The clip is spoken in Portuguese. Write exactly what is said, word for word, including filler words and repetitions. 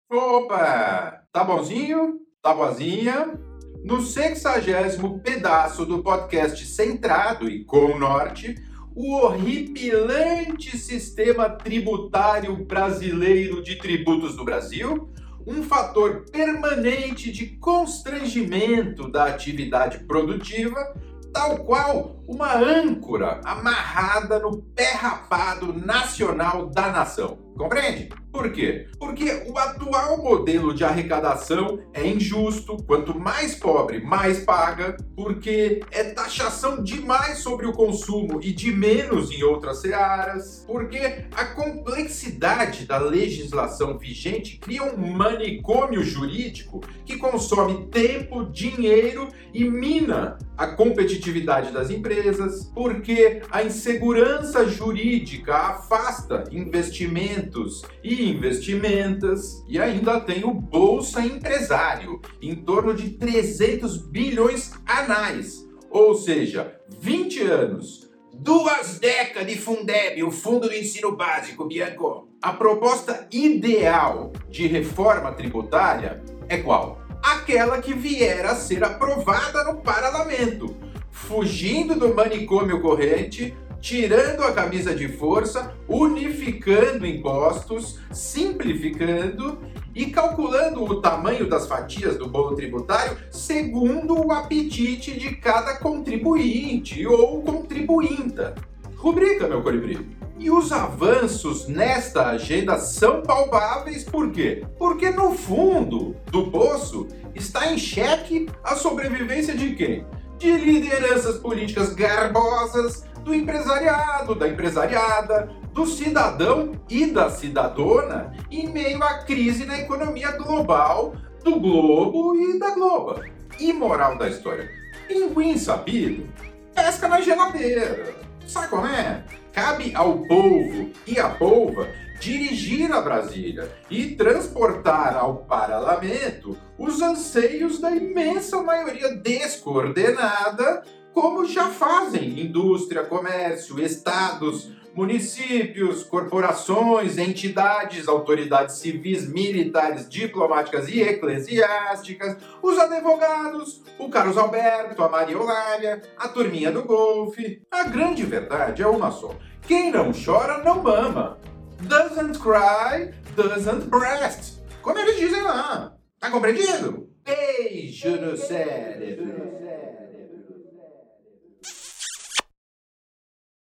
Opa! Tá bonzinho? Tá boazinha? No sexagésimo pedaço do podcast centrado e com norte, o horripilante sistema tributário brasileiro de tributos do Brasil, um fator permanente de constrangimento da atividade produtiva, tal qual uma âncora amarrada no pé rapado nacional da nação. Compreende? Por quê? Porque o atual modelo de arrecadação é injusto, quanto mais pobre, mais paga, porque é taxação demais sobre o consumo e de menos em outras searas, porque a complexidade da legislação vigente cria um manicômio jurídico que consome tempo, dinheiro e mina a competitividade das empresas, porque a insegurança jurídica afasta investimentos e investimentas, e ainda tem o Bolsa Empresário, em torno de trezentos bilhões anais, ou seja, vinte anos, duas décadas de Fundeb, o Fundo do Ensino Básico, Bianco. A proposta ideal de reforma tributária é qual? Aquela que vier a ser aprovada no parlamento, fugindo do manicômio corrente, tirando a camisa de força, unificando impostos, simplificando e calculando o tamanho das fatias do bolo tributário segundo o apetite de cada contribuinte ou contribuinta. Rubrica, meu colibri. E os avanços nesta agenda são palpáveis por quê? Porque no fundo do poço está em xeque a sobrevivência de quem? De lideranças políticas garbosas, do empresariado, da empresariada, do cidadão e da cidadona em meio à crise na economia global, do globo e da globa. E moral da história? Pinguim sabido, pesca na geladeira. Sabe como é? Cabe ao povo e à polva dirigir a Brasília e transportar ao parlamento os anseios da imensa maioria descoordenada, como já fazem indústria, comércio, estados, municípios, corporações, entidades, autoridades civis, militares, diplomáticas e eclesiásticas, os advogados, o Carlos Alberto, a Maria Eulália, a turminha do golfe. A grande verdade é uma só. Quem não chora não mama. Doesn't cry, doesn't breast. Como eles dizem lá. Tá compreendido? Beijo no cérebro.